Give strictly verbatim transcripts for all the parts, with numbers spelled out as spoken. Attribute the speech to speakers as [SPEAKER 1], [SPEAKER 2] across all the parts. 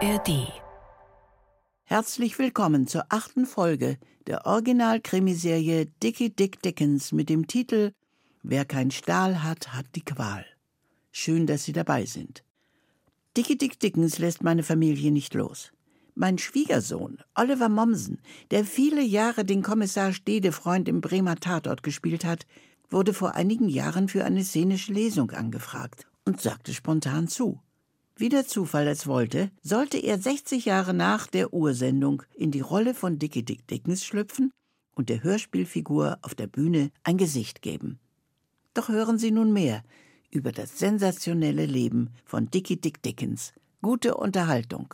[SPEAKER 1] A R D.
[SPEAKER 2] Herzlich willkommen zur achten Folge der Original-Krimiserie Dickie Dick Dickens mit dem Titel »Wer kein Stahl hat, hat die Qual«. Schön, dass Sie dabei sind. Dickie Dick Dickens lässt meine Familie nicht los. Mein Schwiegersohn, Oliver Mommsen, der viele Jahre den Kommissar Stede-Freund im Bremer Tatort gespielt hat, wurde vor einigen Jahren für eine szenische Lesung angefragt und sagte spontan zu. Wie der Zufall es wollte, sollte er sechzig Jahre nach der Ursendung in die Rolle von Dickie Dick Dickens schlüpfen und der Hörspielfigur auf der Bühne ein Gesicht geben. Doch hören Sie nun mehr über das sensationelle Leben von Dickie Dick Dickens. Gute Unterhaltung.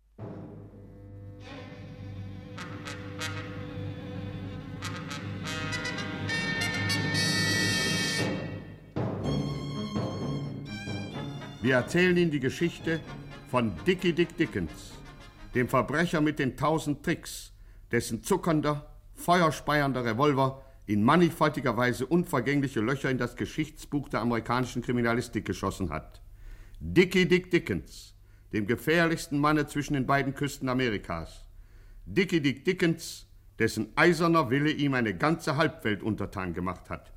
[SPEAKER 3] Wir erzählen Ihnen die Geschichte von Dickie Dick Dickens, dem Verbrecher mit den tausend Tricks, dessen zuckernder, feuerspeiender Revolver in mannigfaltiger Weise unvergängliche Löcher in das Geschichtsbuch der amerikanischen Kriminalistik geschossen hat. Dickie Dick Dickens, dem gefährlichsten Manne zwischen den beiden Küsten Amerikas. Dickie Dick Dickens, dessen eiserner Wille ihm eine ganze Halbwelt untertan gemacht hat.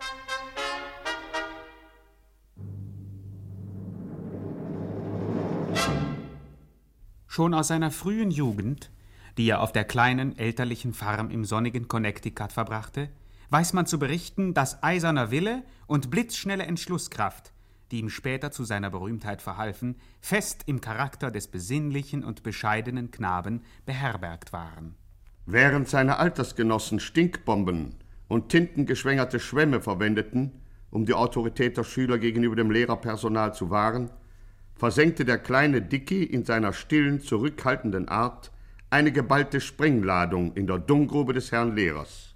[SPEAKER 4] Schon aus seiner frühen Jugend, die er auf der kleinen elterlichen Farm im sonnigen Connecticut verbrachte, weiß man zu berichten, dass eiserner Wille und blitzschnelle Entschlusskraft, die ihm später zu seiner Berühmtheit verhalfen, fest im Charakter des besinnlichen und bescheidenen Knaben beherbergt waren.
[SPEAKER 3] Während seine Altersgenossen Stinkbomben und tintengeschwängerte Schwämme verwendeten, um die Autorität der Schüler gegenüber dem Lehrerpersonal zu wahren, versenkte der kleine Dickie in seiner stillen, zurückhaltenden Art eine geballte Sprengladung in der Dunggrube des Herrn Lehrers.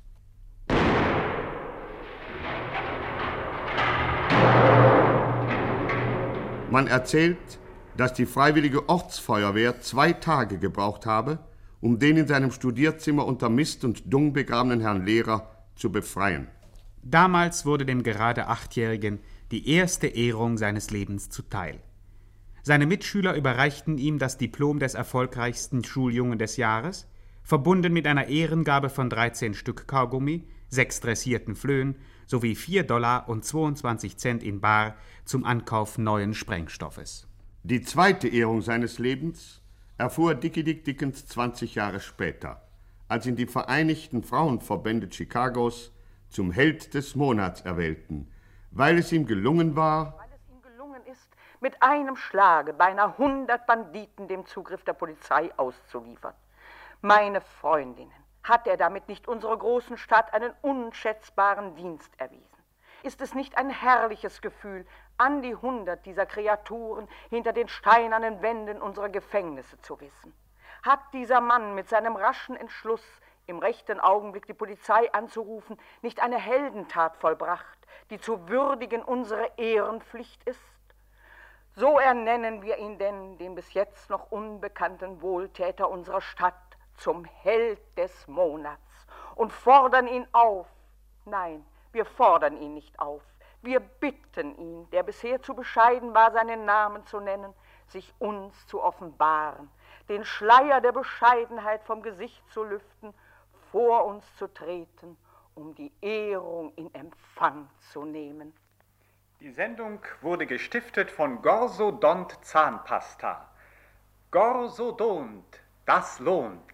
[SPEAKER 3] Man erzählt, dass die freiwillige Ortsfeuerwehr zwei Tage gebraucht habe, um den in seinem Studierzimmer unter Mist und Dung begrabenen Herrn Lehrer zu befreien.
[SPEAKER 4] Damals wurde dem gerade Achtjährigen die erste Ehrung seines Lebens zuteil. Seine Mitschüler überreichten ihm das Diplom des erfolgreichsten Schuljungen des Jahres, verbunden mit einer Ehrengabe von dreizehn Stück Kaugummi, sechs dressierten Flöhen sowie vier Dollar und zweiundzwanzig Cent in bar zum Ankauf neuen Sprengstoffes.
[SPEAKER 3] Die zweite Ehrung seines Lebens erfuhr Dickie Dick Dickens zwanzig Jahre später, als ihn die Vereinigten Frauenverbände Chicagos zum Held des Monats erwählten, weil es ihm gelungen war,
[SPEAKER 5] mit einem Schlage beinahe hundert Banditen dem Zugriff der Polizei auszuliefern. Meine Freundinnen, hat er damit nicht unserer großen Stadt einen unschätzbaren Dienst erwiesen? Ist es nicht ein herrliches Gefühl, an die hundert dieser Kreaturen hinter den steinernen Wänden unserer Gefängnisse zu wissen? Hat dieser Mann mit seinem raschen Entschluss, im rechten Augenblick die Polizei anzurufen, nicht eine Heldentat vollbracht, die zu würdigen unsere Ehrenpflicht ist? So ernennen wir ihn denn, den bis jetzt noch unbekannten Wohltäter unserer Stadt, zum Held des Monats und fordern ihn auf. Nein, wir fordern ihn nicht auf. Wir bitten ihn, der bisher zu bescheiden war, seinen Namen zu nennen, sich uns zu offenbaren, den Schleier der Bescheidenheit vom Gesicht zu lüften, vor uns zu treten, um die Ehrung in Empfang zu nehmen.
[SPEAKER 6] Die Sendung wurde gestiftet von Gorsodont Zahnpasta. Gorsodont, das lohnt.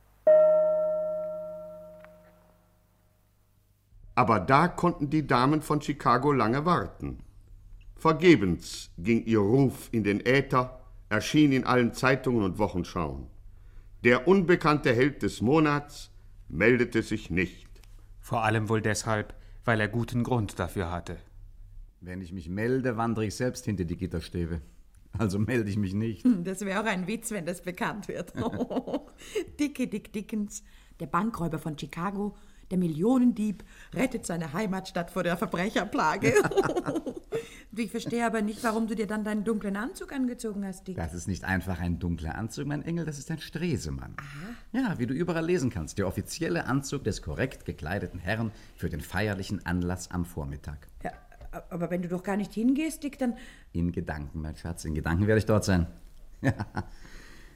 [SPEAKER 3] Aber da konnten die Damen von Chicago lange warten. Vergebens ging ihr Ruf in den Äther, erschien in allen Zeitungen und Wochenschauen. Der unbekannte Held des Monats meldete sich nicht.
[SPEAKER 4] Vor allem wohl deshalb, weil er guten Grund dafür hatte.
[SPEAKER 7] Wenn ich mich melde, wandere ich selbst hinter die Gitterstäbe. Also melde ich mich nicht.
[SPEAKER 8] Das wäre auch ein Witz, wenn das bekannt wird. Dickie Dick Dickens, der Bankräuber von Chicago, der Millionendieb, rettet seine Heimatstadt vor der Verbrecherplage. Ich verstehe aber nicht, warum du dir dann deinen dunklen Anzug angezogen hast, Dick.
[SPEAKER 7] Das ist nicht einfach ein dunkler Anzug, mein Engel, das ist ein Stresemann.
[SPEAKER 8] Aha.
[SPEAKER 7] Ja, wie du überall lesen kannst, der offizielle Anzug des korrekt gekleideten Herrn für den feierlichen Anlass am Vormittag.
[SPEAKER 8] Ja. Aber wenn du doch gar nicht hingehst, Dick, dann...
[SPEAKER 7] In Gedanken, mein Schatz, in Gedanken werde ich dort sein.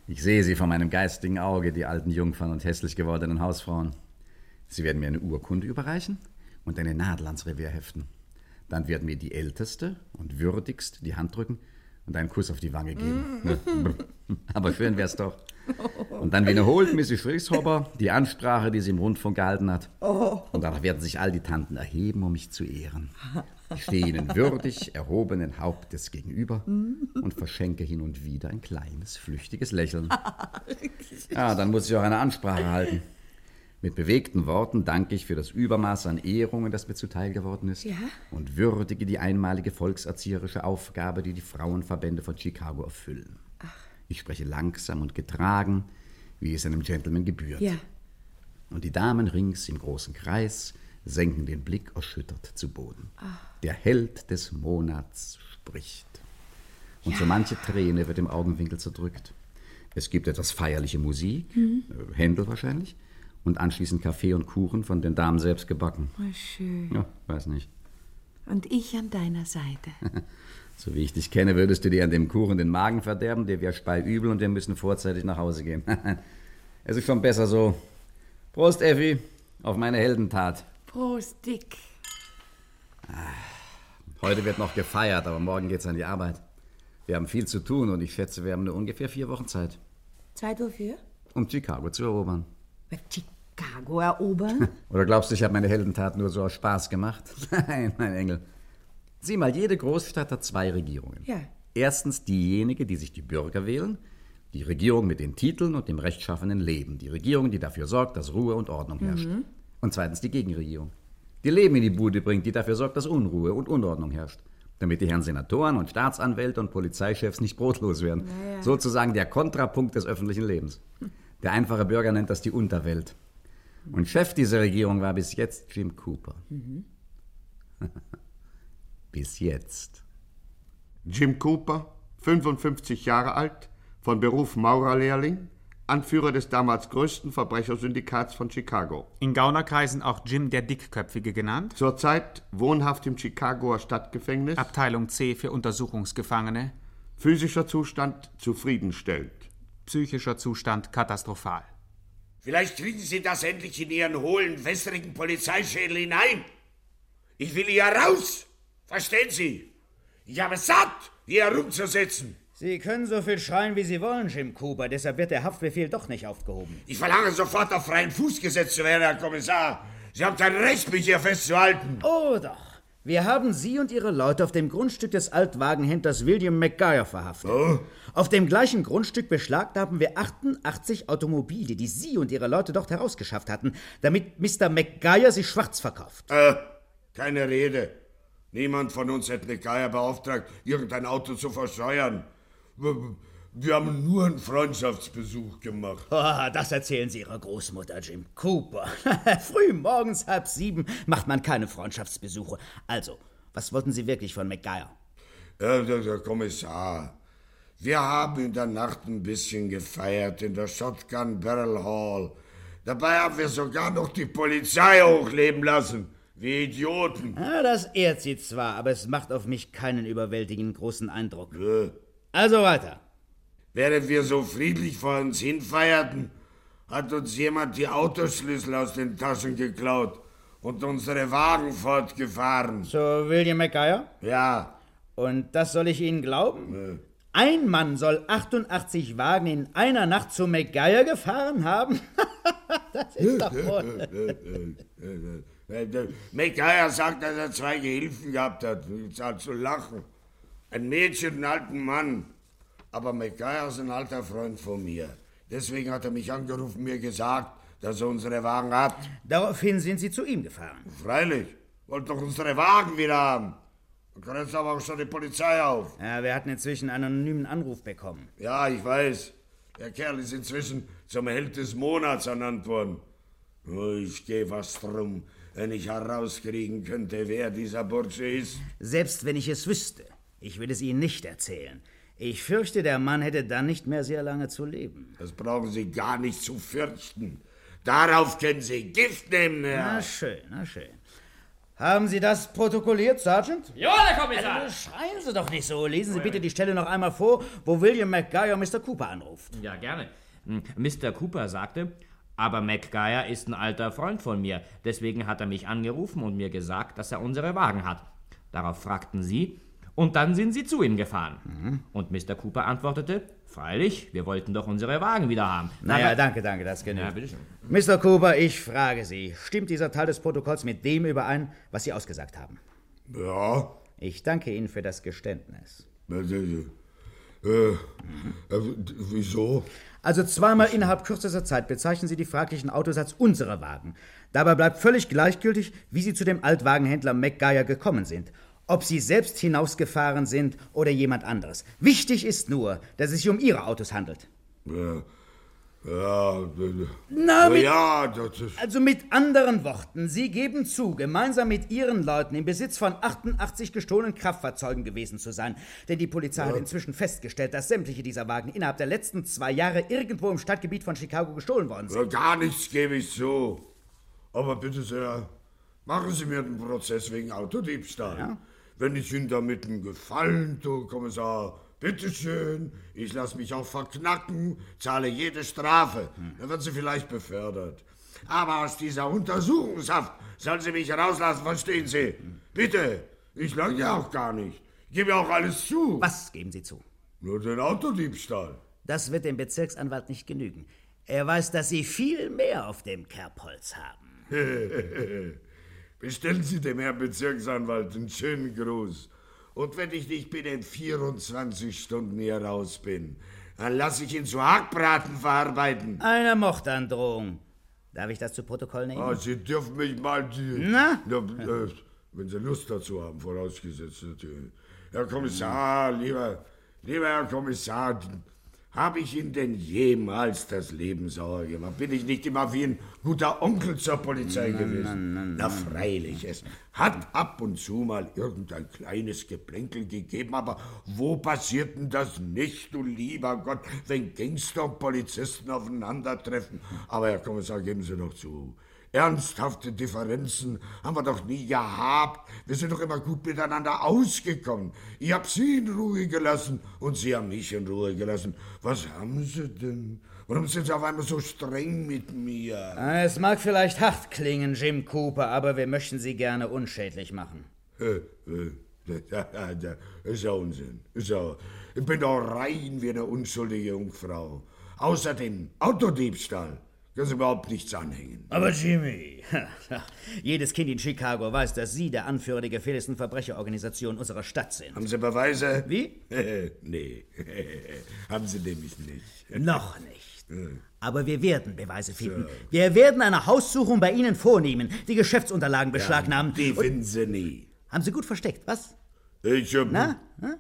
[SPEAKER 7] Ich sehe sie vor meinem geistigen Auge, die alten Jungfern und hässlich gewordenen Hausfrauen. Sie werden mir eine Urkunde überreichen und eine Nadel ans Revier heften. Dann werden mir die Älteste und Würdigste die Hand drücken und einen Kuss auf die Wange geben. Aber schön wär's doch. Und dann wiederholt Missus Frieshober die Ansprache, die sie im Rundfunk gehalten hat. Und danach werden sich all die Tanten erheben, um mich zu ehren. Ich stehe ihnen würdig, erhobenen Hauptes gegenüber und verschenke hin und wieder ein kleines, flüchtiges Lächeln. Ja, dann muss ich auch eine Ansprache halten. Mit bewegten Worten danke ich für das Übermaß an Ehrungen, das mir zuteil geworden ist,
[SPEAKER 8] ja?
[SPEAKER 7] und würdige die einmalige volkserzieherische Aufgabe, die die Frauenverbände von Chicago erfüllen.
[SPEAKER 8] Ach.
[SPEAKER 7] Ich spreche langsam und getragen, wie es einem Gentleman gebührt.
[SPEAKER 8] Ja.
[SPEAKER 7] Und die Damen rings im großen Kreis senken den Blick erschüttert zu Boden.
[SPEAKER 8] Ach.
[SPEAKER 7] Der Held des Monats spricht. Und
[SPEAKER 8] ja.
[SPEAKER 7] so manche Träne wird im Augenwinkel zerdrückt. Es gibt etwas feierliche Musik,
[SPEAKER 8] mhm.
[SPEAKER 7] äh, Händel wahrscheinlich, und anschließend Kaffee und Kuchen von den Damen selbst gebacken.
[SPEAKER 8] Oh, schön.
[SPEAKER 7] Ja, weiß nicht.
[SPEAKER 8] Und ich an deiner Seite.
[SPEAKER 7] So wie ich dich kenne, würdest du dir an dem Kuchen den Magen verderben, dir wäre speiübel und wir müssen vorzeitig nach Hause gehen. Es ist schon besser so. Prost, Effi, auf meine Heldentat.
[SPEAKER 8] Prost, Dick.
[SPEAKER 7] Heute wird noch gefeiert, aber morgen geht's an die Arbeit. Wir haben viel zu tun und ich schätze, wir haben nur ungefähr vier Wochen Zeit.
[SPEAKER 8] Zeit wofür?
[SPEAKER 7] Um Chicago zu erobern.
[SPEAKER 8] Chicago erobern?
[SPEAKER 7] Oder glaubst du, ich habe meine Heldentat nur so aus Spaß gemacht? Nein, mein Engel. Sieh mal, jede Großstadt hat zwei Regierungen.
[SPEAKER 8] Ja.
[SPEAKER 7] Erstens diejenige, die sich die Bürger wählen. Die Regierung mit den Titeln und dem rechtschaffenen Leben. Die Regierung, die dafür sorgt, dass Ruhe und Ordnung herrscht.
[SPEAKER 8] Mhm.
[SPEAKER 7] Und zweitens die Gegenregierung. Die Leben in die Bude bringt, die dafür sorgt, dass Unruhe und Unordnung herrscht. Damit die Herren Senatoren und Staatsanwälte und Polizeichefs nicht brotlos werden.
[SPEAKER 8] Naja.
[SPEAKER 7] Sozusagen der Kontrapunkt des öffentlichen Lebens. Der einfache Bürger nennt das die Unterwelt. Und Chef dieser Regierung war bis jetzt Jim Cooper.
[SPEAKER 8] Mhm.
[SPEAKER 7] Bis jetzt.
[SPEAKER 3] Jim Cooper, fünfundfünfzig Jahre alt, von Beruf Maurerlehrling, Anführer des damals größten Verbrechersyndikats von Chicago.
[SPEAKER 4] In Gaunerkreisen auch Jim der Dickköpfige genannt.
[SPEAKER 3] Zurzeit wohnhaft im Chicagoer Stadtgefängnis.
[SPEAKER 4] Abteilung C für Untersuchungsgefangene.
[SPEAKER 3] Physischer Zustand zufriedenstellend.
[SPEAKER 4] Psychischer Zustand katastrophal.
[SPEAKER 1] Vielleicht kriegen Sie das endlich in Ihren hohlen, wässrigen Polizeischädel hinein. Ich will hier raus. Verstehen Sie? Ich habe satt, hier herumzusitzen.
[SPEAKER 9] Sie können so viel schreien, wie Sie wollen, Jim Cooper. Deshalb wird der Haftbefehl doch nicht aufgehoben.
[SPEAKER 1] Ich verlange sofort auf freien Fuß gesetzt zu werden, Herr Kommissar. Sie haben kein Recht, mich hier festzuhalten.
[SPEAKER 9] Oh doch. Wir haben Sie und Ihre Leute auf dem Grundstück des Altwagenhändlers William McGuire verhaftet.
[SPEAKER 1] Oh.
[SPEAKER 9] Auf dem gleichen Grundstück beschlagnahmen wir achtundachtzig Automobile, die Sie und Ihre Leute dort herausgeschafft hatten, damit Mister McGuire sie schwarz verkauft.
[SPEAKER 1] Äh, keine Rede. Niemand von uns hat McGuire beauftragt, irgendein Auto zu verscheuern. Wir haben nur einen Freundschaftsbesuch gemacht.
[SPEAKER 9] Oh, das erzählen Sie Ihrer Großmutter, Jim Cooper. Früh morgens halb sieben macht man keine Freundschaftsbesuche. Also, was wollten Sie wirklich von McGuire?
[SPEAKER 1] Ja, der, der Kommissar, wir haben in der Nacht ein bisschen gefeiert in der Shotgun Barrel Hall. Dabei haben wir sogar noch die Polizei hochleben lassen. Wie Idioten.
[SPEAKER 9] Ah, das ehrt Sie zwar, aber es macht auf mich keinen überwältigend großen Eindruck.
[SPEAKER 1] Ja.
[SPEAKER 9] Also weiter.
[SPEAKER 1] Während wir so friedlich vor uns hinfeierten, hat uns jemand die Autoschlüssel aus den Taschen geklaut und unsere Wagen fortgefahren.
[SPEAKER 9] So, William McGuire?
[SPEAKER 1] Ja.
[SPEAKER 9] Und das soll ich Ihnen glauben?
[SPEAKER 1] Ja.
[SPEAKER 9] Ein Mann soll achtundachtzig Wagen in einer Nacht zu McGuire gefahren haben? Das ist doch wohl...
[SPEAKER 1] McGuire sagt, dass er zwei Gehilfen gehabt hat. Ich zahl zu lachen. Ein Mädchen und einen alten Mann. Aber McGuire ist ein alter Freund von mir. Deswegen hat er mich angerufen, mir gesagt, dass er unsere Wagen hat.
[SPEAKER 9] Daraufhin sind Sie zu ihm gefahren.
[SPEAKER 1] Freilich. Wollt doch unsere Wagen wieder haben. Dann kann jetzt aber auch schon die Polizei auf.
[SPEAKER 9] Ja, wir hatten inzwischen einen anonymen Anruf bekommen.
[SPEAKER 1] Ja, ich weiß. Der Kerl ist inzwischen zum Held des Monats ernannt worden. Oh, ich geh was drum, wenn ich herauskriegen könnte, wer dieser Bursche ist.
[SPEAKER 9] Selbst wenn ich es wüsste. Ich will es Ihnen nicht erzählen. Ich fürchte, der Mann hätte dann nicht mehr sehr lange zu leben.
[SPEAKER 1] Das brauchen Sie gar nicht zu fürchten. Darauf können Sie Gift nehmen, Herr.
[SPEAKER 9] Na schön, na schön. Haben Sie das protokolliert, Sergeant?
[SPEAKER 10] Ja, Herr Kommissar!
[SPEAKER 9] Also, schreien Sie doch nicht so. Lesen Sie bitte die Stelle noch einmal vor, wo William McGuire Mister Cooper anruft.
[SPEAKER 10] Ja, gerne. Mister Cooper sagte, aber McGuire ist ein alter Freund von mir. Deswegen hat er mich angerufen und mir gesagt, dass er unsere Wagen hat. Darauf fragten Sie, und dann sind Sie zu ihm gefahren. Mhm. Und Mister Cooper antwortete, freilich, wir wollten doch unsere Wagen wieder haben.
[SPEAKER 9] Naja,
[SPEAKER 10] Aber,
[SPEAKER 9] danke, danke, das genügt.
[SPEAKER 10] Ja, bitteschön.
[SPEAKER 9] Mister Cooper, ich frage Sie, stimmt dieser Teil des Protokolls mit dem überein, was Sie ausgesagt haben?
[SPEAKER 1] Ja.
[SPEAKER 9] Ich danke Ihnen für das Geständnis.
[SPEAKER 1] Äh, äh, äh, wieso?
[SPEAKER 9] Also zweimal innerhalb kürzester Zeit bezeichnen Sie die fraglichen Autos als unsere Wagen. Dabei bleibt völlig gleichgültig, wie Sie zu dem Altwagenhändler McGuire gekommen sind. Ob Sie selbst hinausgefahren sind oder jemand anderes. Wichtig ist nur, dass es sich um Ihre Autos handelt.
[SPEAKER 1] Ja, ja,
[SPEAKER 9] Na, mit,
[SPEAKER 1] ja das ist...
[SPEAKER 9] Also mit anderen Worten, Sie geben zu, gemeinsam mit Ihren Leuten im Besitz von achtundachtzig gestohlenen Kraftfahrzeugen gewesen zu sein. Denn die Polizei ja. hat inzwischen festgestellt, dass sämtliche dieser Wagen innerhalb der letzten zwei Jahre irgendwo im Stadtgebiet von Chicago gestohlen worden sind.
[SPEAKER 1] Ja, gar nichts gebe ich zu. Aber bitte sehr, machen Sie mir den Prozess wegen Autodiebstahl. Ja? Wenn ich Ihnen damit einen Gefallen tue, Kommissar, bitteschön, ich lasse mich auch verknacken, zahle jede Strafe. Hm. Dann wird sie vielleicht befördert. Aber aus dieser Untersuchungshaft sollen Sie mich rauslassen, verstehen Sie? Hm. Bitte, ich lange ja auch gar nicht. Ich gebe auch alles zu.
[SPEAKER 9] Was geben Sie zu?
[SPEAKER 1] Nur den Autodiebstahl.
[SPEAKER 9] Das wird dem Bezirksanwalt nicht genügen. Er weiß, dass Sie viel mehr auf dem Kerbholz haben.
[SPEAKER 1] Bestellen Sie dem Herrn Bezirksanwalt einen schönen Gruß. Und wenn ich nicht binnen vierundzwanzig Stunden hier raus bin, dann lasse ich ihn zu Hackbraten verarbeiten.
[SPEAKER 9] Eine Mordandrohung. Darf ich das zu Protokoll nehmen?
[SPEAKER 1] Ah, Sie dürfen mich mal... Die,
[SPEAKER 9] Na?
[SPEAKER 1] Na, äh, wenn Sie Lust dazu haben, vorausgesetzt natürlich. Herr Kommissar, lieber, lieber Herr Kommissar, habe ich Ihnen denn jemals das Leben sauer gemacht? Bin ich nicht immer wie ein guter Onkel zur Polizei
[SPEAKER 9] na,
[SPEAKER 1] gewesen?
[SPEAKER 9] Na, na,
[SPEAKER 1] na, na freilich, es hat ab und zu mal irgendein kleines Geplänkel gegeben, aber wo passiert denn das nicht, du lieber Gott, wenn Gangster und Polizisten aufeinandertreffen? Aber Herr Kommissar, geben Sie doch zu, ernsthafte Differenzen haben wir doch nie gehabt. Wir sind doch immer gut miteinander ausgekommen. Ich hab Sie in Ruhe gelassen und Sie haben mich in Ruhe gelassen. Was haben Sie denn? Warum sind Sie auf einmal so streng mit mir?
[SPEAKER 9] Es mag vielleicht hart klingen, Jim Cooper, aber wir möchten Sie gerne unschädlich machen.
[SPEAKER 1] Äh, äh, das ist ja Unsinn. Ist ja, ich bin doch rein wie eine unschuldige Jungfrau. Außerdem Autodiebstahl. Können Sie überhaupt nichts anhängen.
[SPEAKER 9] Aber Jimmy, jedes Kind in Chicago weiß, dass Sie der Anführer der gefährlichsten Verbrecherorganisation unserer Stadt sind.
[SPEAKER 1] Haben Sie Beweise?
[SPEAKER 9] Wie?
[SPEAKER 1] Nee, haben Sie nämlich nicht.
[SPEAKER 9] Noch nicht. Aber wir werden Beweise finden. So. Wir werden eine Haussuchung bei Ihnen vornehmen, die Geschäftsunterlagen beschlagnahmen.
[SPEAKER 1] Ja, die finden Sie nie.
[SPEAKER 9] Haben Sie gut versteckt, was?
[SPEAKER 1] Ich hab...
[SPEAKER 9] Na? Hm?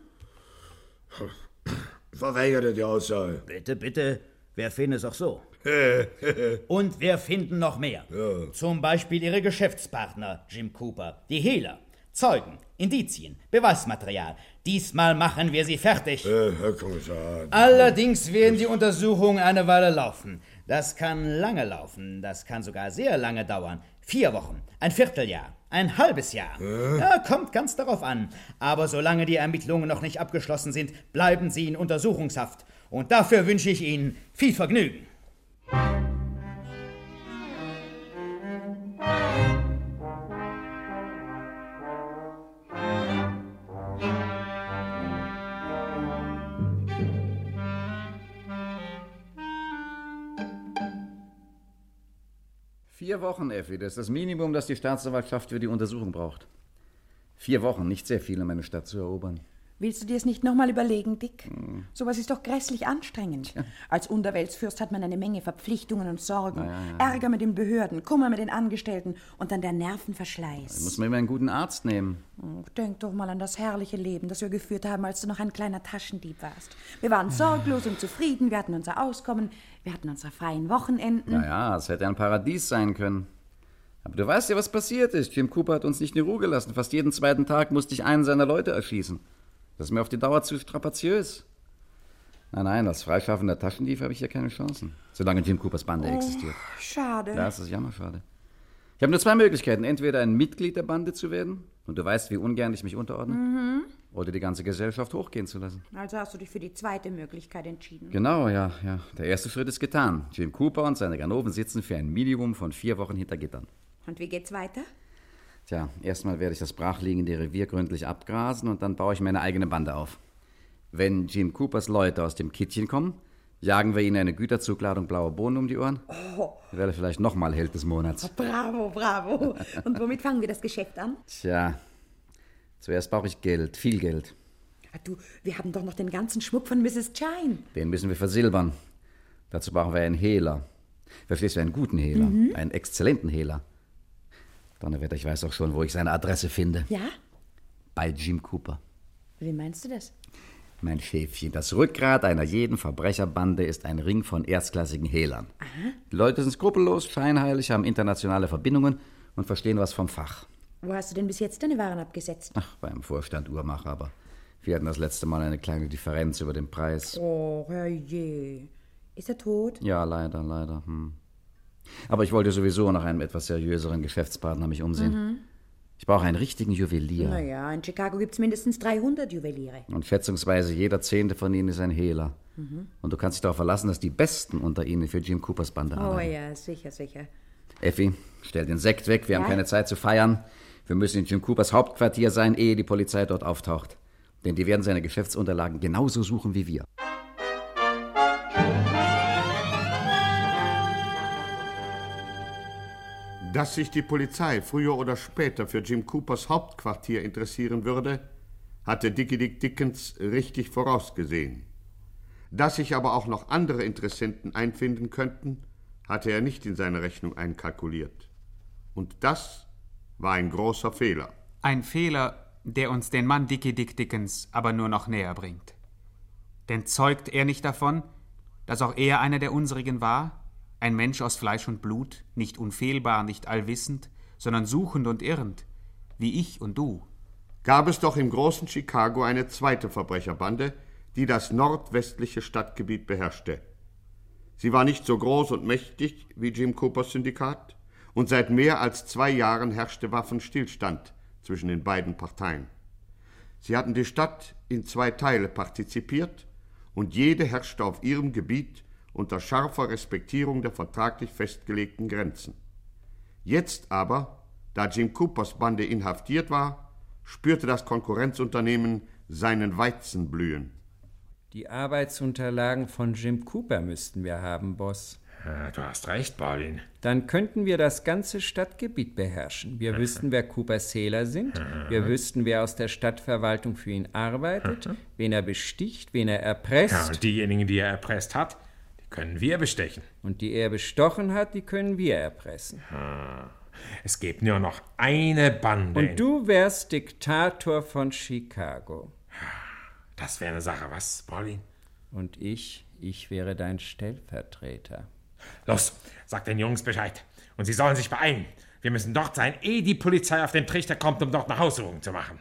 [SPEAKER 1] Verweigere die Aussage.
[SPEAKER 9] Bitte, bitte. Wir finden es auch so. Und wir finden noch mehr.
[SPEAKER 1] Ja.
[SPEAKER 9] Zum Beispiel Ihre Geschäftspartner, Jim Cooper, die Hehler, Zeugen, Indizien, Beweismaterial. Diesmal machen wir sie fertig.
[SPEAKER 1] Äh, Herr Kommissar.
[SPEAKER 9] Allerdings werden die Untersuchungen eine Weile laufen. Das kann lange laufen, das kann sogar sehr lange dauern. Vier Wochen, ein Vierteljahr, ein halbes Jahr.
[SPEAKER 1] Äh?
[SPEAKER 9] Ja, kommt ganz darauf an. Aber solange die Ermittlungen noch nicht abgeschlossen sind, bleiben Sie in Untersuchungshaft. Und dafür wünsche ich Ihnen viel Vergnügen.
[SPEAKER 7] Vier Wochen, Effi, das ist das Minimum, das die Staatsanwaltschaft für die Untersuchung braucht. Vier Wochen, nicht sehr viel, um eine Stadt zu erobern.
[SPEAKER 8] Willst du dir es nicht nochmal überlegen, Dick? Hm. Sowas ist doch grässlich anstrengend. Ja. Als Unterweltsfürst hat man eine Menge Verpflichtungen und Sorgen. Ja, ja, ja. Ärger mit den Behörden, Kummer mit den Angestellten und dann der Nervenverschleiß.
[SPEAKER 7] Da muss man immer einen guten Arzt nehmen.
[SPEAKER 8] Oh, denk doch mal an das herrliche Leben, das wir geführt haben, als du noch ein kleiner Taschendieb warst. Wir waren sorglos und zufrieden, wir hatten unser Auskommen, wir hatten unsere freien Wochenenden.
[SPEAKER 7] Naja, es hätte ein Paradies sein können. Aber du weißt ja, was passiert ist. Jim Cooper hat uns nicht in Ruhe gelassen. Fast jeden zweiten Tag musste ich einen seiner Leute erschießen. Das ist mir auf die Dauer zu strapaziös. Nein, nein, als freischaffender Taschendieb habe ich hier keine Chancen. Solange Jim Coopers Bande
[SPEAKER 8] oh,
[SPEAKER 7] existiert.
[SPEAKER 8] Schade.
[SPEAKER 7] Ja, das ist jammerschade. Ich habe nur zwei Möglichkeiten. Entweder ein Mitglied der Bande zu werden, und du weißt, wie ungern ich mich unterordne,
[SPEAKER 8] Mhm.
[SPEAKER 7] oder die ganze Gesellschaft hochgehen zu lassen.
[SPEAKER 8] Also hast du dich für die zweite Möglichkeit entschieden.
[SPEAKER 7] Genau, ja, ja. Der erste Schritt ist getan. Jim Cooper und seine Ganoven sitzen für ein Minimum von vier Wochen hinter Gittern.
[SPEAKER 8] Und wie geht's weiter?
[SPEAKER 7] Tja, erstmal werde ich das brachliegende Revier gründlich abgrasen und dann baue ich mir eine eigene Bande auf. Wenn Jim Coopers Leute aus dem Kittchen kommen, jagen wir ihnen eine Güterzugladung blauer Bohnen um die Ohren.
[SPEAKER 8] Oh.
[SPEAKER 7] Ich werde vielleicht nochmal Held des Monats.
[SPEAKER 8] Bravo, bravo. Und womit fangen wir das Geschäft an?
[SPEAKER 7] Tja, zuerst brauche ich Geld, viel Geld.
[SPEAKER 8] Ah, du, wir haben doch noch den ganzen Schmuck von Misses Chine.
[SPEAKER 7] Den müssen wir versilbern. Dazu brauchen wir einen Hehler. Verstehst du, einen guten Hehler,
[SPEAKER 8] Mhm.
[SPEAKER 7] einen exzellenten Hehler. Donnerwetter, ich weiß auch schon, wo ich seine Adresse finde.
[SPEAKER 8] Ja?
[SPEAKER 7] Bei Jim Cooper.
[SPEAKER 8] Wie meinst du das?
[SPEAKER 7] Mein Schäfchen, das Rückgrat einer jeden Verbrecherbande ist ein Ring von erstklassigen Hehlern.
[SPEAKER 8] Aha.
[SPEAKER 7] Die Leute sind skrupellos, scheinheilig, haben internationale Verbindungen und verstehen was vom Fach.
[SPEAKER 8] Wo hast du denn bis jetzt deine Waren abgesetzt?
[SPEAKER 7] Ach, beim Vorstand Uhrmacher, aber wir hatten das letzte Mal eine kleine Differenz über den Preis.
[SPEAKER 8] Oh, herrje. Ist er tot?
[SPEAKER 7] Ja, leider, leider. Hm. Aber ich wollte sowieso nach einem etwas seriöseren Geschäftspartner mich umsehen.
[SPEAKER 8] Mhm.
[SPEAKER 7] Ich brauche einen richtigen Juwelier.
[SPEAKER 8] Naja, in Chicago gibt's mindestens dreihundert Juweliere.
[SPEAKER 7] Und schätzungsweise jeder zehnte von ihnen ist ein Hehler.
[SPEAKER 8] Mhm.
[SPEAKER 7] Und du kannst dich darauf verlassen, dass die Besten unter ihnen für Jim Coopers Bande
[SPEAKER 8] Oh
[SPEAKER 7] arbeiten.
[SPEAKER 8] ja, sicher, sicher.
[SPEAKER 7] Effi, stell den Sekt weg, wir
[SPEAKER 8] Ja?
[SPEAKER 7] haben keine Zeit zu feiern. Wir müssen in Jim Coopers Hauptquartier sein, ehe die Polizei dort auftaucht. Denn die werden seine Geschäftsunterlagen genauso suchen wie wir.
[SPEAKER 3] Dass sich die Polizei früher oder später für Jim Coopers Hauptquartier interessieren würde, hatte Dickie Dick Dickens richtig vorausgesehen. Dass sich aber auch noch andere Interessenten einfinden könnten, hatte er nicht in seine Rechnung einkalkuliert. Und das war ein großer Fehler.
[SPEAKER 4] Ein Fehler, der uns den Mann Dickie Dick Dickens aber nur noch näher bringt. Denn zeugt er nicht davon, dass auch er einer der unsrigen war? Ein Mensch aus Fleisch und Blut, nicht unfehlbar, nicht allwissend, sondern suchend und irrend, wie ich und du.
[SPEAKER 3] Gab es doch im großen Chicago eine zweite Verbrecherbande, die das nordwestliche Stadtgebiet beherrschte. Sie war nicht so groß und mächtig wie Jim Coopers Syndikat, und seit mehr als zwei Jahren herrschte Waffenstillstand zwischen den beiden Parteien. Sie hatten die Stadt in zwei Teile partizipiert, und jede herrschte auf ihrem Gebiet unter scharfer Respektierung der vertraglich festgelegten Grenzen. Jetzt aber, da Jim Coopers Bande inhaftiert war, spürte das Konkurrenzunternehmen seinen Weizen blühen.
[SPEAKER 11] Die Arbeitsunterlagen von Jim Cooper müssten wir haben, Boss.
[SPEAKER 12] Ja, du hast recht, Balin.
[SPEAKER 11] Dann könnten wir das ganze Stadtgebiet beherrschen. Wir wüssten, wer Coopers Hehler sind. Wir wüssten, wer aus der Stadtverwaltung für ihn arbeitet, wen er besticht, wen er erpresst.
[SPEAKER 12] Ja, und diejenigen, die er erpresst hat, die können wir bestechen.
[SPEAKER 11] Und die er bestochen hat, die können wir erpressen.
[SPEAKER 12] Es gibt nur noch eine Bande.
[SPEAKER 11] Und du wärst Diktator von Chicago.
[SPEAKER 12] Das wäre eine Sache, was, Balin?
[SPEAKER 11] Und ich, ich wäre dein Stellvertreter.
[SPEAKER 12] Los, sag den Jungs Bescheid. Und sie sollen sich beeilen. Wir müssen dort sein, ehe die Polizei auf den Trichter kommt, um dort eine Haussuchung zu machen.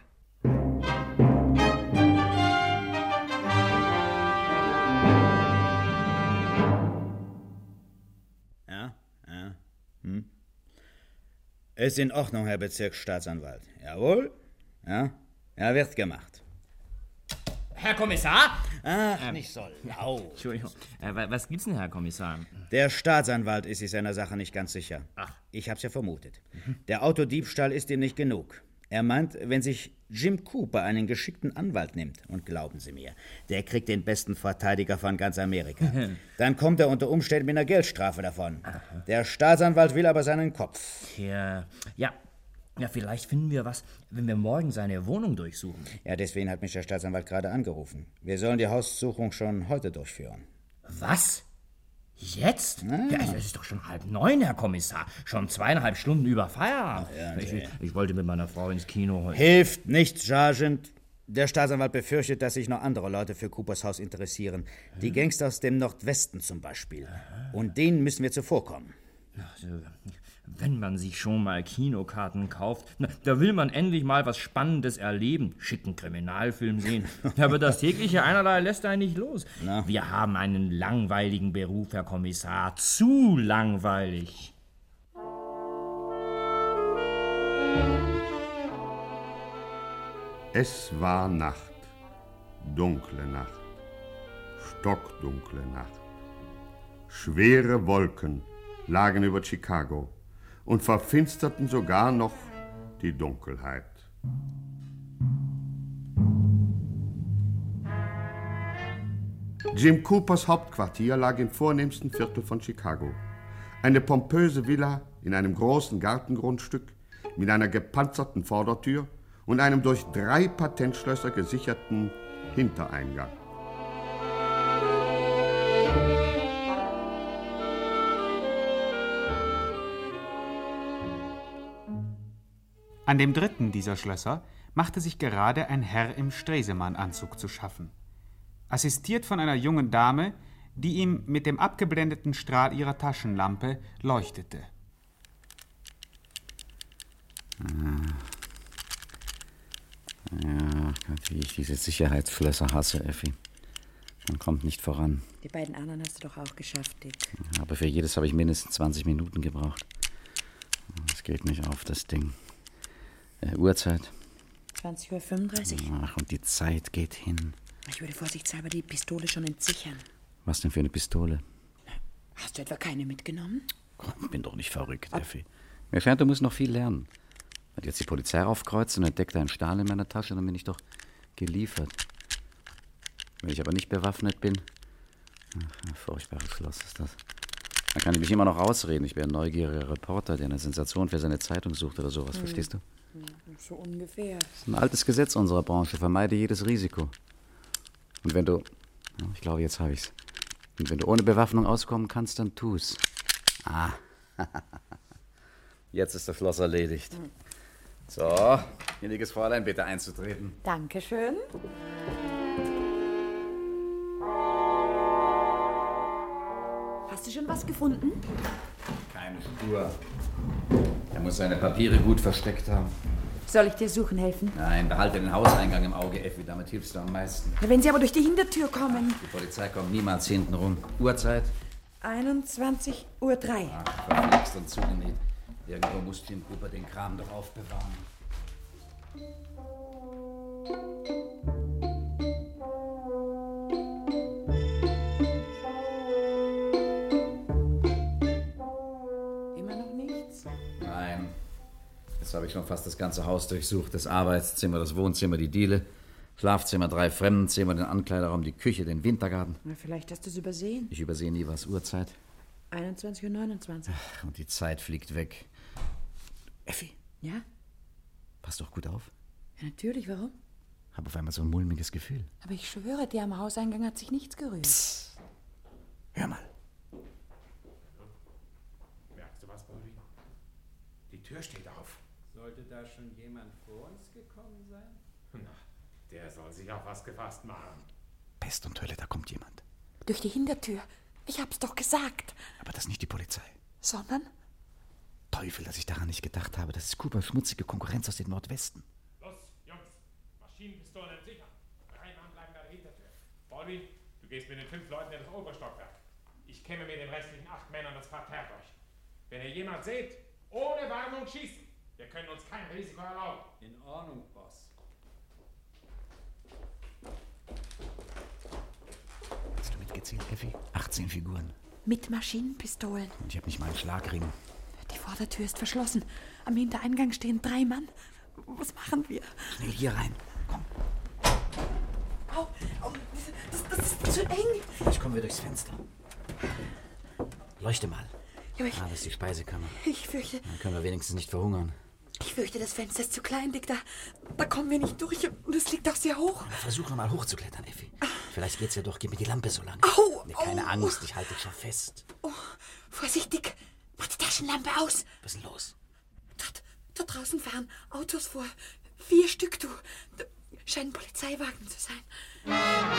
[SPEAKER 9] Ja, ja. Hm. Ist in Ordnung, Herr Bezirksstaatsanwalt. Jawohl. Ja, ja, wird gemacht.
[SPEAKER 10] Herr Kommissar?
[SPEAKER 9] Ach,
[SPEAKER 10] Ähm,
[SPEAKER 9] nicht so laut.
[SPEAKER 10] Entschuldigung. Äh, wa- was gibt's denn, Herr Kommissar?
[SPEAKER 9] Der Staatsanwalt ist sich seiner Sache nicht ganz sicher.
[SPEAKER 10] Ach.
[SPEAKER 9] Ich hab's ja vermutet. Der Autodiebstahl ist ihm nicht genug. Er meint, wenn sich Jim Cooper einen geschickten Anwalt nimmt, und glauben Sie mir, der kriegt den besten Verteidiger von ganz Amerika, dann kommt er unter Umständen mit einer Geldstrafe davon. Der Staatsanwalt will aber seinen Kopf.
[SPEAKER 10] Ja, ja. Ja, vielleicht finden wir was, wenn wir morgen seine Wohnung durchsuchen.
[SPEAKER 9] Ja, deswegen hat mich der Staatsanwalt gerade angerufen. Wir sollen die Haussuchung schon heute durchführen.
[SPEAKER 10] Was? Jetzt? Ja, es ist doch schon halb neun, Herr Kommissar. Schon zweieinhalb Stunden über Feierabend.
[SPEAKER 9] ja,
[SPEAKER 10] ich,
[SPEAKER 9] nee.
[SPEAKER 10] ich wollte mit meiner Frau ins Kino heute.
[SPEAKER 9] Hilft nichts, Sergeant. Der Staatsanwalt befürchtet, dass sich noch andere Leute für Coopers Haus interessieren. Die Gangster aus dem Nordwesten zum Beispiel. Und denen müssen wir zuvorkommen.
[SPEAKER 10] Also, wenn man sich schon mal Kinokarten kauft, na, da will man endlich mal was Spannendes erleben. Schicken Kriminalfilm sehen. Aber das tägliche Einerlei lässt einen nicht los.
[SPEAKER 9] Na?
[SPEAKER 10] Wir haben einen langweiligen Beruf, Herr Kommissar. Zu langweilig.
[SPEAKER 3] Es war Nacht, dunkle Nacht, stockdunkle Nacht. Schwere Wolken lagen über Chicago und verfinsterten sogar noch die Dunkelheit. Jim Coopers Hauptquartier lag im vornehmsten Viertel von Chicago. Eine pompöse Villa in einem großen Gartengrundstück mit einer gepanzerten Vordertür und einem durch drei Patentschlösser gesicherten Hintereingang.
[SPEAKER 4] An dem dritten dieser Schlösser machte sich gerade ein Herr im Stresemann-Anzug zu schaffen, assistiert von einer jungen Dame, die ihm mit dem abgeblendeten Strahl ihrer Taschenlampe leuchtete.
[SPEAKER 7] Ah. Ja, wie ich diese Sicherheitsschlösser hasse, Effi. Man kommt nicht voran.
[SPEAKER 8] Die beiden anderen hast du doch auch geschafft, Dick.
[SPEAKER 7] Aber für jedes habe ich mindestens zwanzig Minuten gebraucht. Es geht nicht auf, das Ding. Äh, Uhrzeit?
[SPEAKER 8] zwanzig Uhr fünfunddreißig.
[SPEAKER 7] Ach, und die Zeit geht hin.
[SPEAKER 8] Ich würde vorsichtshalber die Pistole schon entsichern.
[SPEAKER 7] Was denn für eine Pistole?
[SPEAKER 8] Hast du etwa keine mitgenommen?
[SPEAKER 7] Ich bin doch nicht verrückt, Effi. Mir scheint, du musst noch viel lernen. Wenn jetzt die Polizei aufkreuzt und entdeckt einen Stahl in meiner Tasche, dann bin ich doch geliefert. Wenn ich aber nicht bewaffnet bin... Ach, ein furchtbares Schloss ist das. Dann kann ich mich immer noch rausreden. Ich wäre ein neugieriger Reporter, der eine Sensation für seine Zeitung sucht oder sowas, hm. Verstehst du?
[SPEAKER 8] So ungefähr.
[SPEAKER 7] Das ist ein altes Gesetz unserer Branche. Vermeide jedes Risiko. Und wenn du... Ich glaube, jetzt habe ich's. Und wenn du ohne Bewaffnung auskommen kannst, dann tu's. Ah. Jetzt ist das Schloss erledigt. Hm. So, gnädiges Fräulein, bitte einzutreten.
[SPEAKER 8] Dankeschön. Hast du schon was gefunden?
[SPEAKER 7] Keine Spur. Er muss seine Papiere gut versteckt haben.
[SPEAKER 8] Soll ich dir suchen helfen?
[SPEAKER 7] Nein, behalte den Hauseingang im Auge, Effi. Damit hilfst du am meisten.
[SPEAKER 8] Wenn sie aber durch die Hintertür kommen.
[SPEAKER 7] Die Polizei kommt niemals hinten rum. Uhrzeit?
[SPEAKER 8] einundzwanzig Uhr drei.
[SPEAKER 7] Ach, verflixt und zugenäht. Irgendwo muss Jim Cooper den Kram doch aufbewahren.
[SPEAKER 8] Immer noch nichts?
[SPEAKER 7] Nein. Jetzt habe ich schon fast das ganze Haus durchsucht. Das Arbeitszimmer, das Wohnzimmer, die Diele, Schlafzimmer, drei Fremdenzimmer, den Ankleiderraum, die Küche, den Wintergarten.
[SPEAKER 8] Na, vielleicht hast du es übersehen.
[SPEAKER 7] Ich übersehe nie was. Uhrzeit?
[SPEAKER 8] einundzwanzig Uhr neunundzwanzig.
[SPEAKER 7] Ach, und die Zeit fliegt weg. Effi?
[SPEAKER 8] Ja?
[SPEAKER 7] Pass doch gut auf.
[SPEAKER 8] Ja, natürlich. Warum?
[SPEAKER 7] Hab auf einmal so ein mulmiges Gefühl.
[SPEAKER 8] Aber ich schwöre dir, am Hauseingang hat sich nichts gerührt.
[SPEAKER 7] Psst. Hör mal.
[SPEAKER 12] Merkst du was, Bobby? Die Tür steht auf.
[SPEAKER 11] Sollte da schon jemand vor uns gekommen sein?
[SPEAKER 12] Na, der soll sich auf was gefasst machen.
[SPEAKER 7] Pest und Hölle, da kommt jemand.
[SPEAKER 8] Durch die Hintertür. Ich hab's doch gesagt.
[SPEAKER 7] Aber das ist nicht die Polizei.
[SPEAKER 8] Sondern?
[SPEAKER 7] Teufel, dass ich daran nicht gedacht habe. Das ist Coopers schmutzige Konkurrenz aus dem Nordwesten.
[SPEAKER 12] Los, Jungs. Maschinenpistolen sicher. Drei Mann bleiben bei der Hintertür. Bobby, du gehst mit den fünf Leuten in das Oberstockwerk. Ich kämme mit den restlichen acht Männern das Parterre durch. Wenn ihr jemand seht, ohne Warnung schießen. Wir können uns kein Risiko erlauben.
[SPEAKER 11] In Ordnung, Boss.
[SPEAKER 7] Hast du mitgezählt, Effi? achtzehn Figuren.
[SPEAKER 8] Mit Maschinenpistolen.
[SPEAKER 7] Und ich habe nicht mal einen Schlagring.
[SPEAKER 8] Die Vordertür ist verschlossen. Am Hintereingang stehen drei Mann. Was machen wir?
[SPEAKER 7] Schnell hier rein. Komm.
[SPEAKER 8] Au, au, das, das ist zu eng.
[SPEAKER 7] Vielleicht kommen wir durchs Fenster. Leuchte mal.
[SPEAKER 8] Ja, ich,
[SPEAKER 7] ah, das ist die Speisekammer.
[SPEAKER 8] Ich fürchte...
[SPEAKER 7] Dann können wir wenigstens nicht verhungern.
[SPEAKER 8] Ich fürchte, das Fenster ist zu klein, Dick. Da, da kommen wir nicht durch und es liegt auch sehr hoch.
[SPEAKER 7] Versuch noch mal hochzuklettern, Effi. Vielleicht geht's ja doch. Gib mir die Lampe so lange.
[SPEAKER 8] Au,
[SPEAKER 7] nee, keine
[SPEAKER 8] au.
[SPEAKER 7] Angst, ich halte dich schon fest.
[SPEAKER 8] Oh, vorsichtig. Mach die Taschenlampe aus.
[SPEAKER 7] Was ist denn los?
[SPEAKER 8] Dort, da draußen fahren Autos vor. Vier Stück, du. Da scheinen Polizeiwagen zu sein.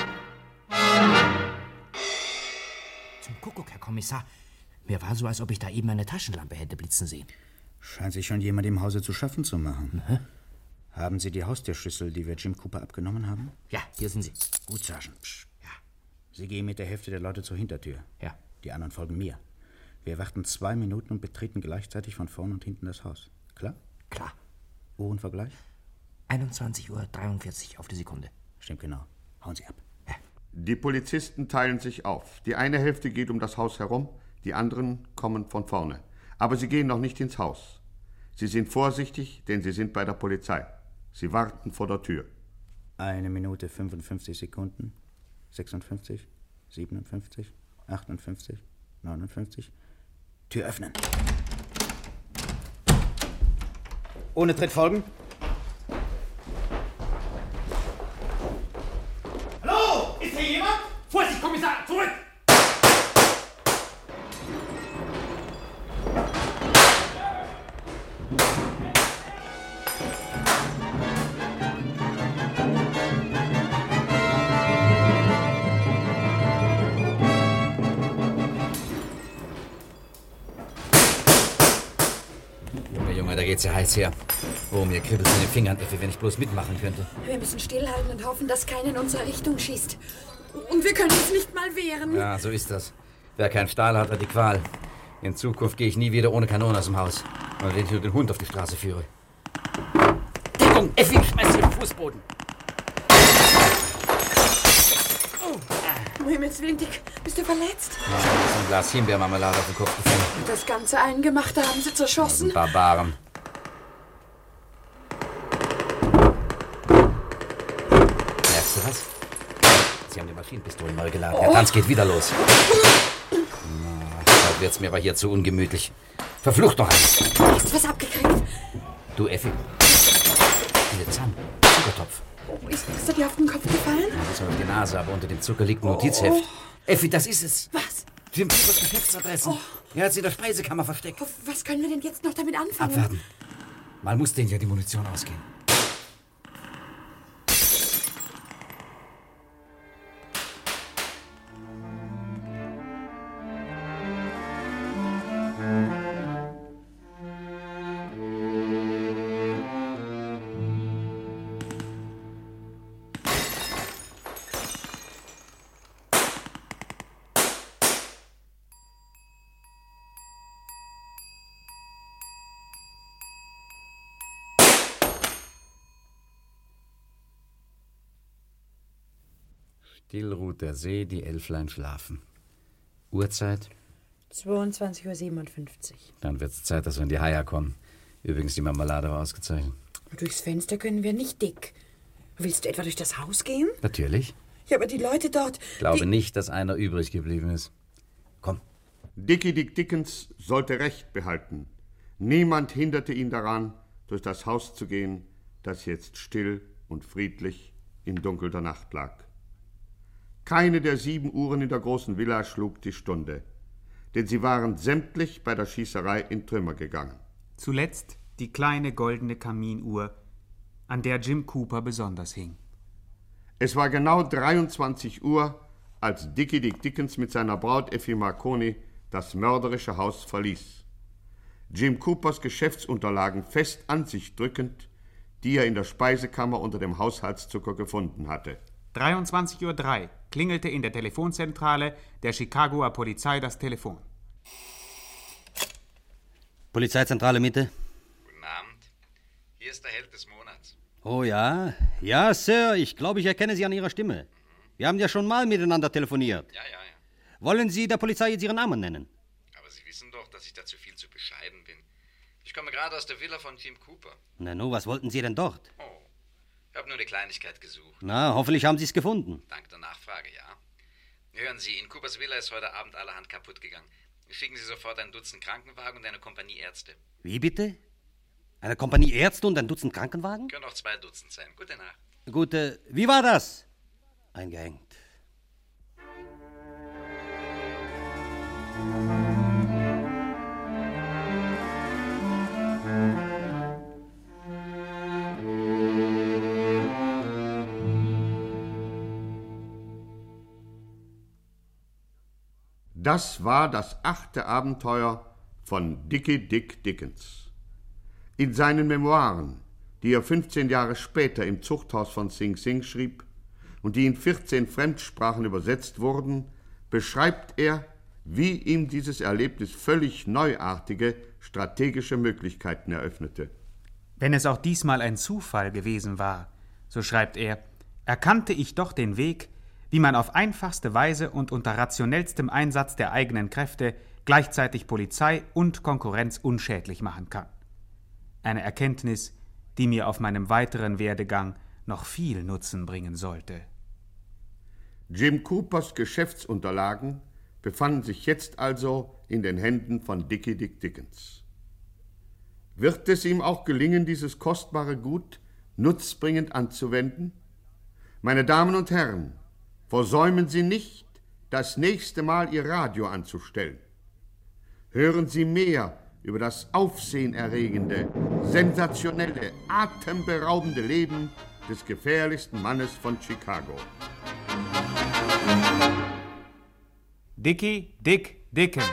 [SPEAKER 10] Zum Kuckuck, Herr Kommissar. Mir war so, als ob ich da eben eine Taschenlampe hätte blitzen sehen.
[SPEAKER 9] Scheint sich schon jemand im Hause zu schaffen zu machen.
[SPEAKER 10] Mhm.
[SPEAKER 9] Haben Sie die Haustürschlüssel, die wir Jim Cooper abgenommen haben?
[SPEAKER 10] Ja, hier sind sie.
[SPEAKER 9] Gut, Sergeant. Psch. Ja. Sie gehen mit der Hälfte der Leute zur Hintertür.
[SPEAKER 10] Ja.
[SPEAKER 9] Die anderen folgen mir. Wir warten zwei Minuten und betreten gleichzeitig von vorn und hinten das Haus. Klar?
[SPEAKER 10] Klar.
[SPEAKER 9] Uhrenvergleich?
[SPEAKER 10] einundzwanzig Uhr dreiundvierzig auf die Sekunde.
[SPEAKER 9] Stimmt genau. Hauen Sie ab.
[SPEAKER 10] Ja.
[SPEAKER 3] Die Polizisten teilen sich auf. Die eine Hälfte geht um das Haus herum, die anderen kommen von vorne. Aber sie gehen noch nicht ins Haus. Sie sind vorsichtig, denn sie sind bei der Polizei. Sie warten vor der Tür.
[SPEAKER 9] Eine Minute fünfundfünfzig Sekunden. sechsundfünfzig, siebenundfünfzig, achtundfünfzig, neunundfünfzig. Tür öffnen. Ohne Tritt folgen.
[SPEAKER 12] Hallo, ist hier jemand? Vorsicht, Kommissar, zurück!
[SPEAKER 7] Da geht's ja heiß her. Oh, mir kribbelt's in den Fingern, Effi, wenn ich bloß mitmachen könnte.
[SPEAKER 13] Wir müssen stillhalten und hoffen, dass keiner in unsere Richtung schießt. Und wir können uns nicht mal wehren.
[SPEAKER 7] Ja, so ist das. Wer keinen Stahl hat, hat die Qual. In Zukunft gehe ich nie wieder ohne Kanonen aus dem Haus. Oder wenn ich nur den Hund auf die Straße führe. Deckung! Effi, schmeiß sie auf den Fußboden!
[SPEAKER 13] Um Himmels Willen, Dick, bist du verletzt?
[SPEAKER 7] Ja, mir ist ein Glas Himbeermarmelade auf den Kopf gefallen.
[SPEAKER 13] Das ganze Eingemachte haben sie zerschossen.
[SPEAKER 7] Ja, Barbaren. Merkst du was? Sie haben die Maschinenpistolen neu geladen. Der Tanz geht wieder los. Na, bald wird's mir aber hier zu ungemütlich. Verflucht noch eins.
[SPEAKER 13] Hast du was abgekriegt?
[SPEAKER 7] Du, Effi. Diese Zahn. Zuckertopf.
[SPEAKER 13] Oh, ist, ist er dir auf den Kopf gefallen?
[SPEAKER 7] Ja, das war auf die Nase, aber unter dem Zucker liegt ein Notizheft.
[SPEAKER 13] Oh.
[SPEAKER 7] Effi, das ist es.
[SPEAKER 13] Was?
[SPEAKER 7] Jim Coopers Geschäftsadressen. Oh. Er hat sie in der Speisekammer versteckt.
[SPEAKER 13] Oh, was können wir denn jetzt noch damit anfangen?
[SPEAKER 7] Abwarten. Mal muss denen ja die Munition ausgehen. Still ruht der See, die Elflein schlafen. Uhrzeit?
[SPEAKER 13] zweiundzwanzig Uhr siebenundfünfzig.
[SPEAKER 7] Dann wird's Zeit, dass wir in die Haia kommen. Übrigens, die Marmelade war ausgezeichnet.
[SPEAKER 13] Durchs Fenster können wir nicht, Dick. Willst du etwa durch das Haus gehen?
[SPEAKER 7] Natürlich.
[SPEAKER 13] Ja, aber die Leute dort...
[SPEAKER 7] Ich glaube
[SPEAKER 13] die...
[SPEAKER 7] nicht, dass einer übrig geblieben ist. Komm.
[SPEAKER 3] Dickie Dick Dickens sollte Recht behalten. Niemand hinderte ihn daran, durch das Haus zu gehen, das jetzt still und friedlich im Dunkel der Nacht lag. Keine der sieben Uhren in der großen Villa schlug die Stunde, denn sie waren sämtlich bei der Schießerei in Trümmer gegangen.
[SPEAKER 4] Zuletzt die kleine goldene Kaminuhr, an der Jim Cooper besonders hing.
[SPEAKER 3] Es war genau dreiundzwanzig Uhr, als Dickie Dick Dickens mit seiner Braut Effie Marconi das mörderische Haus verließ. Jim Coopers Geschäftsunterlagen fest an sich drückend, die er in der Speisekammer unter dem Haushaltszucker gefunden hatte.
[SPEAKER 4] dreiundzwanzig Uhr drei klingelte in der Telefonzentrale der Chicagoer Polizei das Telefon.
[SPEAKER 14] Polizeizentrale Mitte.
[SPEAKER 7] Guten Abend. Hier ist der Held des Monats.
[SPEAKER 14] Oh ja? Ja, Sir, ich glaube, ich erkenne Sie an Ihrer Stimme. Wir haben ja schon mal miteinander telefoniert.
[SPEAKER 7] Ja, ja, ja.
[SPEAKER 14] Wollen Sie der Polizei jetzt Ihren Namen nennen?
[SPEAKER 7] Aber Sie wissen doch, dass ich dazu viel zu bescheiden bin. Ich komme gerade aus der Villa von Jim Cooper.
[SPEAKER 14] Na nu, was wollten Sie denn dort?
[SPEAKER 7] Oh, ich habe nur eine Kleinigkeit gesucht.
[SPEAKER 14] Na, hoffentlich haben Sie es gefunden.
[SPEAKER 7] Dank der Nachfrage, ja. Hören Sie, in Coopers Villa ist heute Abend allerhand kaputt gegangen. Schicken Sie sofort ein Dutzend Krankenwagen und eine Kompanie Ärzte.
[SPEAKER 14] Wie bitte? Eine Kompanie Ärzte und ein Dutzend Krankenwagen?
[SPEAKER 7] Können auch zwei Dutzend sein. Gute Nacht.
[SPEAKER 14] Gut, äh, wie war das? Eingehängt.
[SPEAKER 3] Das war das achte Abenteuer von Dickie Dick Dickens. In seinen Memoiren, die er fünfzehn Jahre später im Zuchthaus von Sing Sing schrieb und die in vierzehn Fremdsprachen übersetzt wurden, beschreibt er, wie ihm dieses Erlebnis völlig neuartige strategische Möglichkeiten eröffnete.
[SPEAKER 4] Wenn es auch diesmal ein Zufall gewesen war, so schreibt er, erkannte ich doch den Weg, wie man auf einfachste Weise und unter rationellstem Einsatz der eigenen Kräfte gleichzeitig Polizei und Konkurrenz unschädlich machen kann. Eine Erkenntnis, die mir auf meinem weiteren Werdegang noch viel Nutzen bringen sollte.
[SPEAKER 3] Jim Coopers Geschäftsunterlagen befanden sich jetzt also in den Händen von Dickie Dick Dickens. Wird es ihm auch gelingen, dieses kostbare Gut nutzbringend anzuwenden? Meine Damen und Herren, versäumen Sie nicht, das nächste Mal Ihr Radio anzustellen. Hören Sie mehr über das aufsehenerregende, sensationelle, atemberaubende Leben des gefährlichsten Mannes von Chicago.
[SPEAKER 4] Dickie Dick Dickens.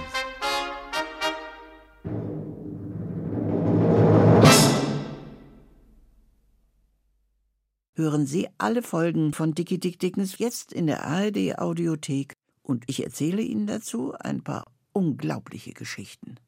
[SPEAKER 2] Hören Sie alle Folgen von Dickie Dick Dickens jetzt in der A R D Audiothek und ich erzähle Ihnen dazu ein paar unglaubliche Geschichten.